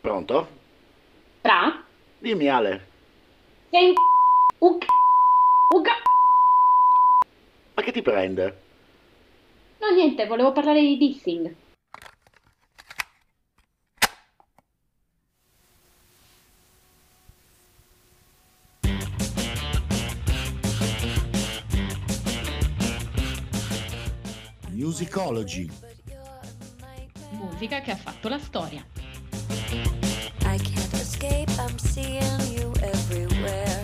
Pronto? Fra? Dimmi Ale, Sei un uga. ma che ti prende? No, niente, volevo parlare di dissing. Musicology. Musica che ha fatto la storia. I can't escape, I'm seeing you everywhere.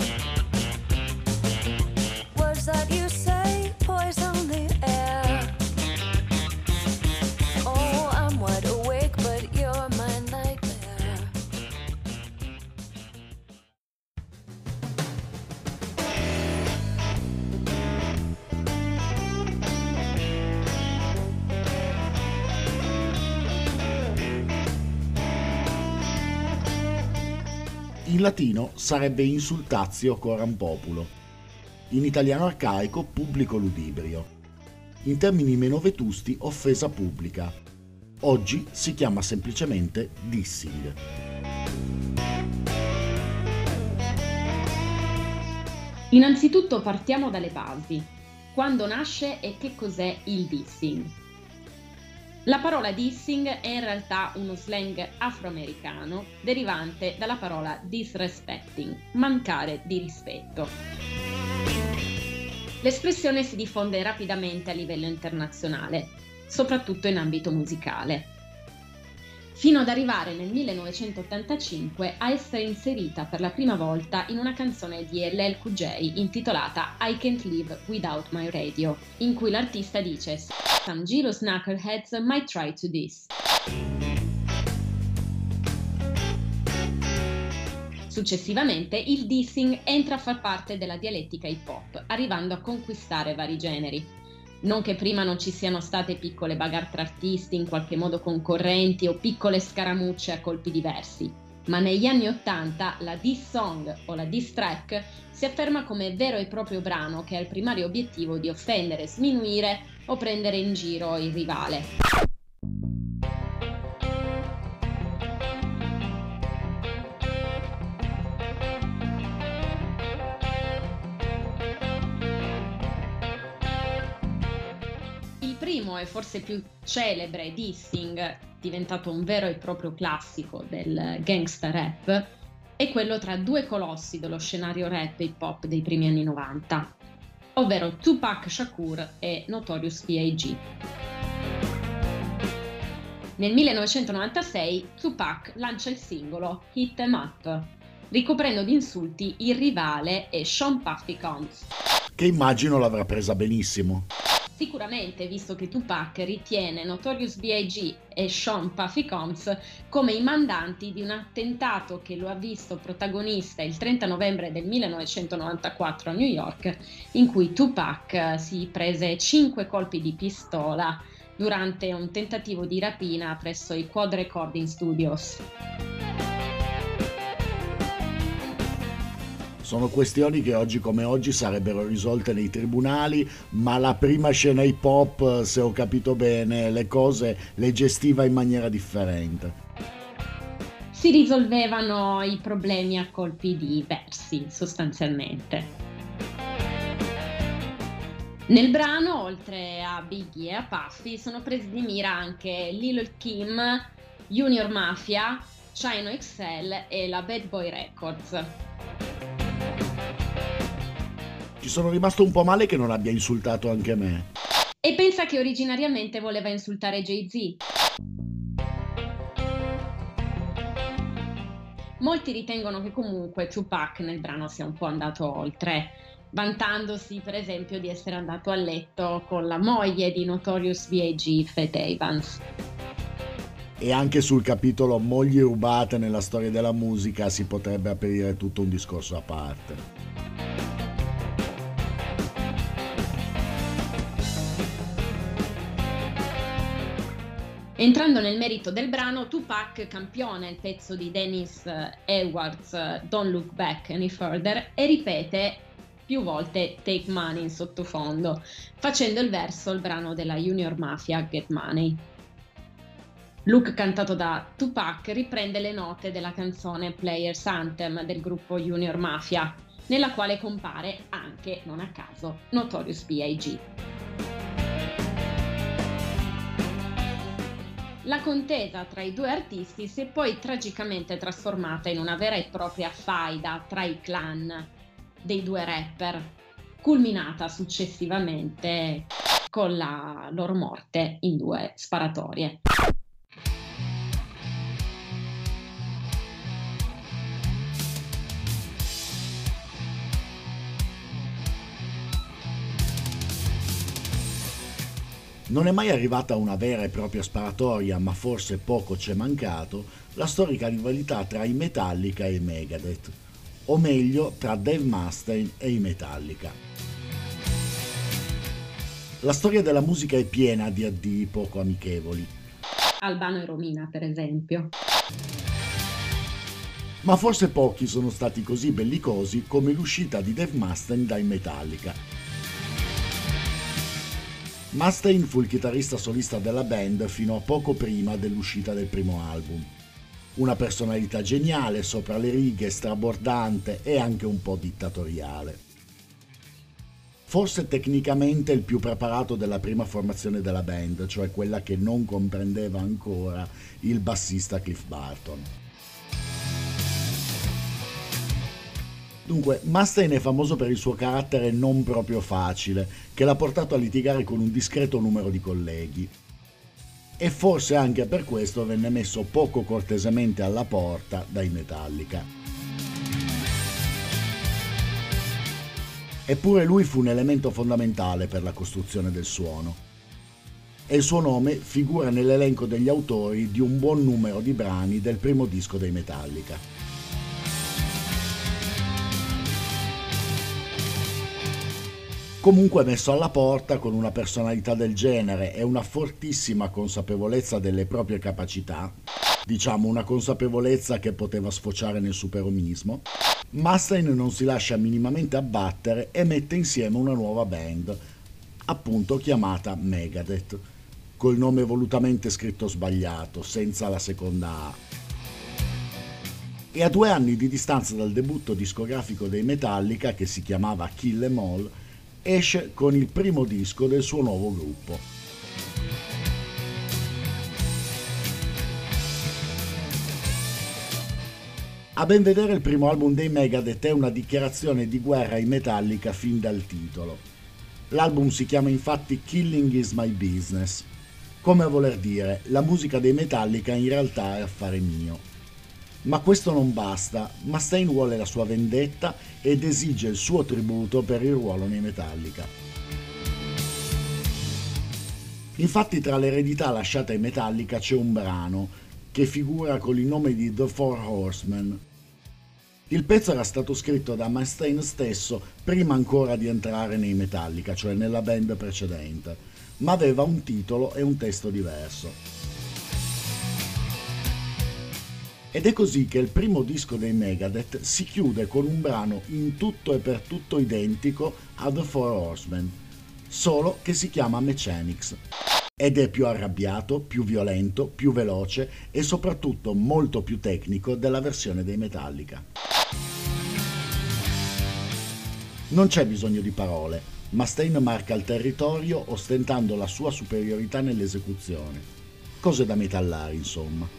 Words that you say poison the air. Oh, I'm wide awake, but you're my nightmare. In latino sarebbe insultatio coram populo. In italiano arcaico publico ludibrio. In termini meno vetusti offesa pubblica. Oggi si chiama semplicemente dissing. Innanzitutto partiamo dalle basi. Quando nasce e che cos'è il dissing? La parola dissing è in realtà uno slang afroamericano derivante dalla parola disrespecting, mancare di rispetto. L'espressione si diffonde rapidamente a livello internazionale, soprattutto in ambito musicale, fino ad arrivare nel 1985 a essere inserita per la prima volta in una canzone di LL Cool J intitolata I Can't Live Without My Radio, in cui l'artista dice "Some jealous knuckleheads might try to diss". Successivamente il dissing entra a far parte della dialettica hip hop, arrivando a conquistare vari generi. Non che prima non ci siano state piccole bagarre tra artisti in qualche modo concorrenti o piccole scaramucce a colpi diversi, ma negli anni '80 la diss song o la diss track si afferma come vero e proprio brano che ha il primario obiettivo di offendere, sminuire o prendere in giro il rivale. Il primo e forse più celebre dissing, diventato un vero e proprio classico del gangsta rap, è quello tra due colossi dello scenario rap e hip hop dei primi anni '90, ovvero Tupac Shakur e Notorious B.I.G. Nel 1996 Tupac lancia il singolo Hit 'Em Up, ricoprendo di insulti il rivale e Sean Puffy Combs. Che immagino l'avrà presa benissimo. Sicuramente, visto che Tupac ritiene Notorious B.I.G. e Sean Puffy Combs come i mandanti di un attentato che lo ha visto protagonista il 30 novembre del 1994 a New York, in cui Tupac si prese 5 colpi di pistola durante un tentativo di rapina presso i Quad Recording Studios. Sono questioni che oggi come oggi sarebbero risolte nei tribunali, ma la prima scena hip hop, se ho capito bene, le cose le gestiva in maniera differente. Si risolvevano i problemi a colpi di versi, sostanzialmente. Nel brano, oltre a Biggie e a Puffy, sono presi di mira anche Lil Kim, Junior Mafia, Chino XL e la Bad Boy Records. Ci sono rimasto un po' male che non abbia insultato anche me. E pensa che originariamente voleva insultare Jay-Z. Molti ritengono che comunque Tupac nel brano sia un po' andato oltre, vantandosi per esempio di essere andato a letto con la moglie di Notorious B.I.G., Faith Evans. E anche sul capitolo mogli rubate nella storia della musica si potrebbe aprire tutto un discorso a parte. Entrando nel merito del brano, Tupac campiona il pezzo di Dennis Edwards, Don't Look Back Any Further, e ripete più volte Take Money in sottofondo, facendo il verso al brano della Junior Mafia Get Money. Look, cantato da Tupac, riprende le note della canzone Players Anthem del gruppo Junior Mafia, nella quale compare anche, non a caso, Notorious B.I.G. La contesa tra i due artisti si è poi tragicamente trasformata in una vera e propria faida tra i clan dei due rapper, culminata successivamente con la loro morte in due sparatorie. Non è mai arrivata una vera e propria sparatoria, ma forse poco c'è mancato, la storica rivalità tra i Metallica e i Megadeth, o meglio tra Dave Mustaine e i Metallica. La storia della musica è piena di addii poco amichevoli. Albano e Romina, per esempio. Ma forse pochi sono stati così bellicosi come l'uscita di Dave Mustaine dai Metallica. Mustaine fu il chitarrista solista della band fino a poco prima dell'uscita del primo album. Una personalità geniale, sopra le righe, strabordante e anche un po' dittatoriale. Forse tecnicamente il più preparato della prima formazione della band, cioè quella che non comprendeva ancora il bassista Cliff Burton. Dunque, Mustaine è famoso per il suo carattere non proprio facile, che l'ha portato a litigare con un discreto numero di colleghi. E forse anche per questo venne messo poco cortesemente alla porta dai Metallica. Eppure lui fu un elemento fondamentale per la costruzione del suono. E il suo nome figura nell'elenco degli autori di un buon numero di brani del primo disco dei Metallica. Comunque messo alla porta con una personalità del genere e una fortissima consapevolezza delle proprie capacità, diciamo una consapevolezza che poteva sfociare nel superomismo, Mustaine non si lascia minimamente abbattere e mette insieme una nuova band, appunto chiamata Megadeth, col nome volutamente scritto sbagliato, senza la seconda A. E a 2 anni di distanza dal debutto discografico dei Metallica, che si chiamava Kill 'Em All, esce con il primo disco del suo nuovo gruppo. A ben vedere il primo album dei Megadeth è una dichiarazione di guerra ai Metallica fin dal titolo. L'album si chiama infatti Killing Is My Business, come a voler dire la musica dei Metallica in realtà è affare mio. Ma questo non basta, Mustaine vuole la sua vendetta ed esige il suo tributo per il ruolo nei Metallica. Infatti tra l'eredità lasciata ai Metallica c'è un brano che figura con il nome di The Four Horsemen. Il pezzo era stato scritto da Mustaine stesso prima ancora di entrare nei Metallica, cioè nella band precedente, ma aveva un titolo e un testo diverso. Ed è così che il primo disco dei Megadeth si chiude con un brano in tutto e per tutto identico a The Four Horsemen, solo che si chiama Mechanics. Ed è più arrabbiato, più violento, più veloce e soprattutto molto più tecnico della versione dei Metallica. Non c'è bisogno di parole, Mustaine marca il territorio ostentando la sua superiorità nell'esecuzione. Cose da metallari, insomma.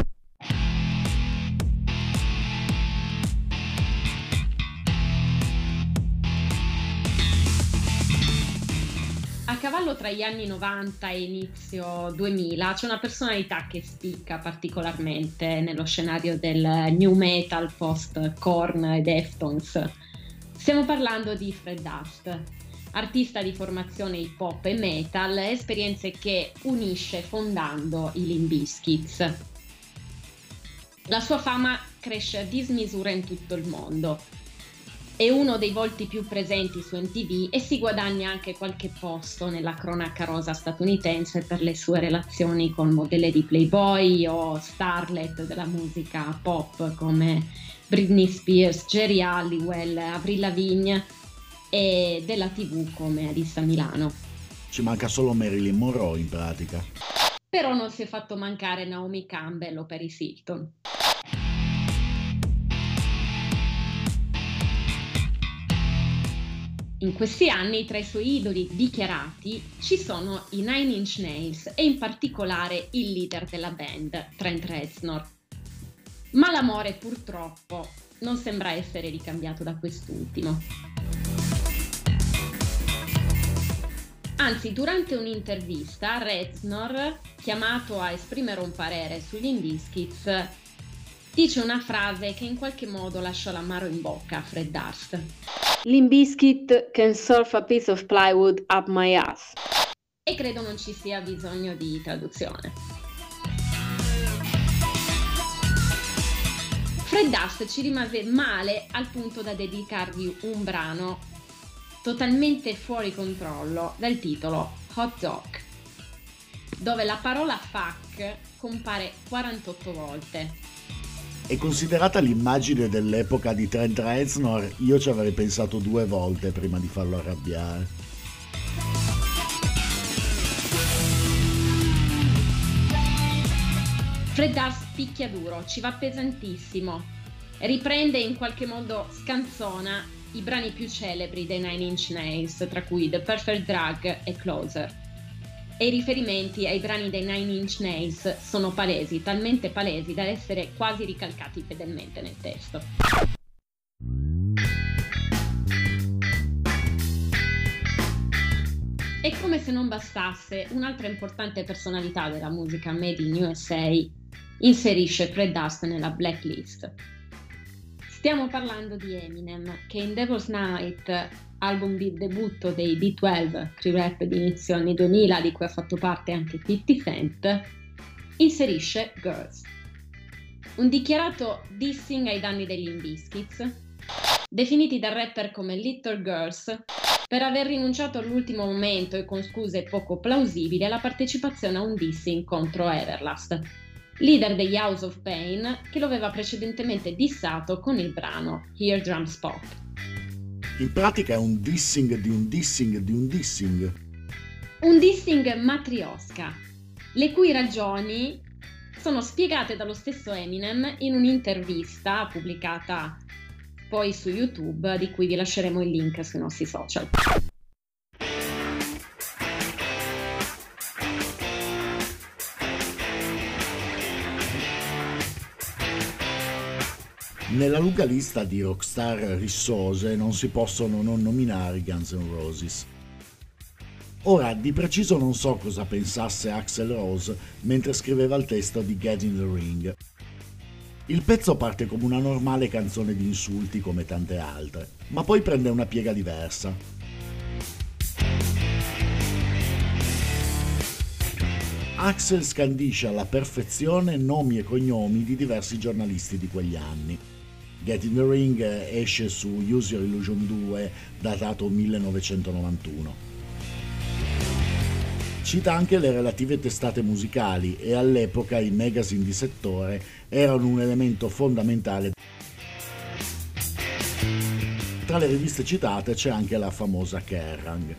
A cavallo tra gli anni 90 e inizio 2000 c'è una personalità che spicca particolarmente nello scenario del new metal post Korn e Deftones. Stiamo parlando di Fred Durst, artista di formazione hip hop e metal, esperienze che unisce fondando i Limp Bizkit. La sua fama cresce a dismisura in tutto il mondo. È uno dei volti più presenti su MTV e si guadagna anche qualche posto nella cronaca rosa statunitense per le sue relazioni con modelle di Playboy o starlet della musica pop come Britney Spears, Geri Halliwell, Avril Lavigne e della TV come Alissa Milano. Ci manca solo Marilyn Monroe in pratica. Però non si è fatto mancare Naomi Campbell o Paris Hilton. In questi anni tra i suoi idoli dichiarati ci sono i Nine Inch Nails e in particolare il leader della band, Trent Reznor. Ma l'amore purtroppo non sembra essere ricambiato da quest'ultimo. Anzi, durante un'intervista, Reznor, chiamato a esprimere un parere sugli Limp Bizkit, dice una frase che in qualche modo lascia l'amaro in bocca a Fred Durst. Limp Bizkit can surf a piece of plywood up my ass. E credo non ci sia bisogno di traduzione. Fred Durst ci rimase male al punto da dedicargli un brano totalmente fuori controllo dal titolo Hot Dog, dove la parola fuck compare 48 volte. E considerata l'immagine dell'epoca di Trent Reznor, io ci avrei pensato 2 volte prima di farlo arrabbiare. Fred Durst picchia duro, ci va pesantissimo, riprende e in qualche modo scanzona i brani più celebri dei Nine Inch Nails, tra cui The Perfect Drug e Closer. E i riferimenti ai brani dei Nine Inch Nails sono palesi, talmente palesi da essere quasi ricalcati fedelmente nel testo. E come se non bastasse, un'altra importante personalità della musica made in USA inserisce Fred Durst nella blacklist. Stiamo parlando di Eminem, che in Devil's Night, album di debutto dei D12, crew rap di inizio anni 2000, di cui ha fatto parte anche 50 Cent, inserisce Girls. Un dichiarato dissing ai danni degli Limp Bizkit, definiti dal rapper come Little Girls, per aver rinunciato all'ultimo momento e con scuse poco plausibili alla partecipazione a un dissing contro Everlast, leader degli House of Pain, che lo aveva precedentemente dissato con il brano Hear Drums Pop. In pratica è un dissing di un dissing di un dissing. Un dissing matriosca, le cui ragioni sono spiegate dallo stesso Eminem in un'intervista pubblicata poi su YouTube, di cui vi lasceremo il link sui nostri social. Nella lunga lista di rockstar rissose non si possono non nominare i Guns N' Roses. Ora, di preciso non so cosa pensasse Axl Rose mentre scriveva il testo di Get in the Ring. Il pezzo parte come una normale canzone di insulti come tante altre, ma poi prende una piega diversa. Axl scandisce alla perfezione nomi e cognomi di diversi giornalisti di quegli anni. Get in the Ring esce su Use Your Illusion 2, datato 1991. Cita anche le relative testate musicali e all'epoca i magazine di settore erano un elemento fondamentale. Tra le riviste citate c'è anche la famosa Kerrang.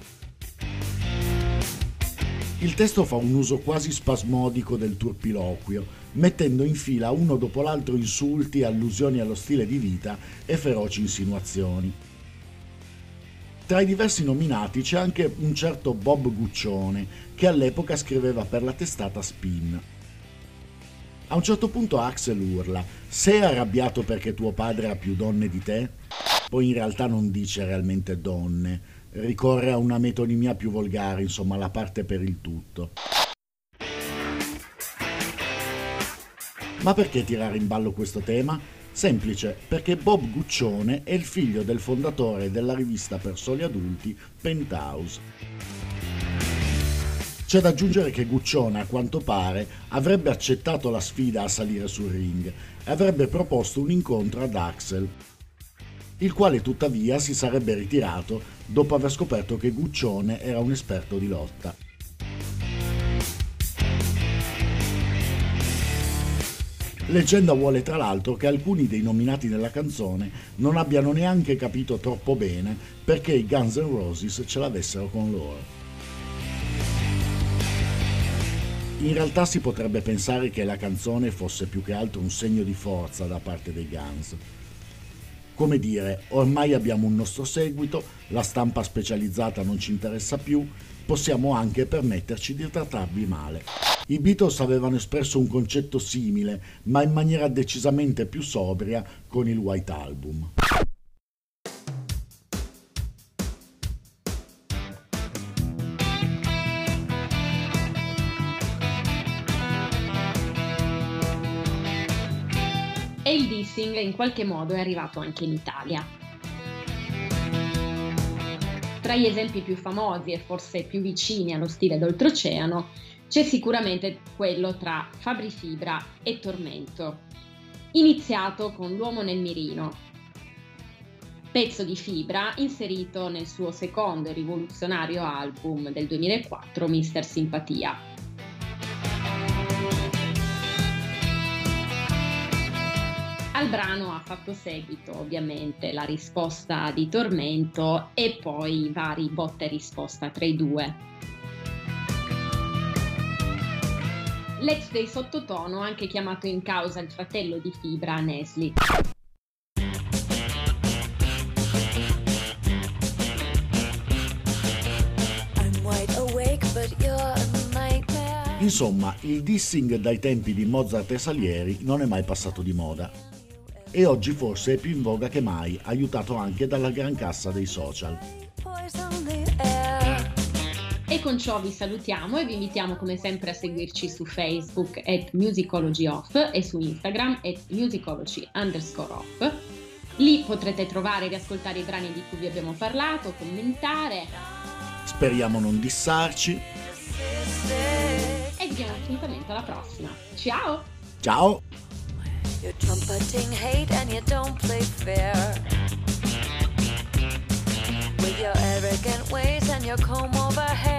Il testo fa un uso quasi spasmodico del turpiloquio, mettendo in fila uno dopo l'altro insulti, allusioni allo stile di vita e feroci insinuazioni. Tra i diversi nominati c'è anche un certo Bob Guccione, che all'epoca scriveva per la testata Spin. A un certo punto Axl urla: "Sei arrabbiato perché tuo padre ha più donne di te?" Poi in realtà non dice realmente donne, ricorre a una metonimia più volgare, insomma la parte per il tutto. Ma perché tirare in ballo questo tema? Semplice, perché Bob Guccione è il figlio del fondatore della rivista per soli adulti Penthouse. C'è da aggiungere che Guccione, a quanto pare, avrebbe accettato la sfida a salire sul ring e avrebbe proposto un incontro ad Axl, il quale tuttavia si sarebbe ritirato dopo aver scoperto che Guccione era un esperto di lotta. Leggenda vuole tra l'altro che alcuni dei nominati nella canzone non abbiano neanche capito troppo bene perché i Guns N' Roses ce l'avessero con loro. In realtà si potrebbe pensare che la canzone fosse più che altro un segno di forza da parte dei Guns. Come dire, ormai abbiamo un nostro seguito, la stampa specializzata non ci interessa più, possiamo anche permetterci di trattarvi male. I Beatles avevano espresso un concetto simile, ma in maniera decisamente più sobria con il White Album. E il dissing in qualche modo è arrivato anche in Italia. Tra gli esempi più famosi e forse più vicini allo stile d'oltreoceano c'è sicuramente quello tra Fabri Fibra e Tormento, iniziato con L'uomo nel mirino, pezzo di Fibra inserito nel suo secondo e rivoluzionario album del 2004, Mister Simpatia. Al brano ha fatto seguito ovviamente la risposta di Tormento e poi i vari botta e risposta tra i due. L'ex dei Sottotono ha anche chiamato in causa il fratello di Fibra, Nesli. Insomma, il dissing dai tempi di Mozart e Salieri non è mai passato di moda. E oggi forse è più in voga che mai, aiutato anche dalla gran cassa dei social. E con ciò vi salutiamo e vi invitiamo come sempre a seguirci su Facebook @musicology_off e su Instagram @musicology_off. Lì potrete trovare e riascoltare i brani di cui vi abbiamo parlato, commentare. Speriamo non dissarci. E vi diamo appuntamento alla prossima. Ciao! Ciao! You're trumpeting hate and you don't play fair with your arrogant ways and your comb over hair.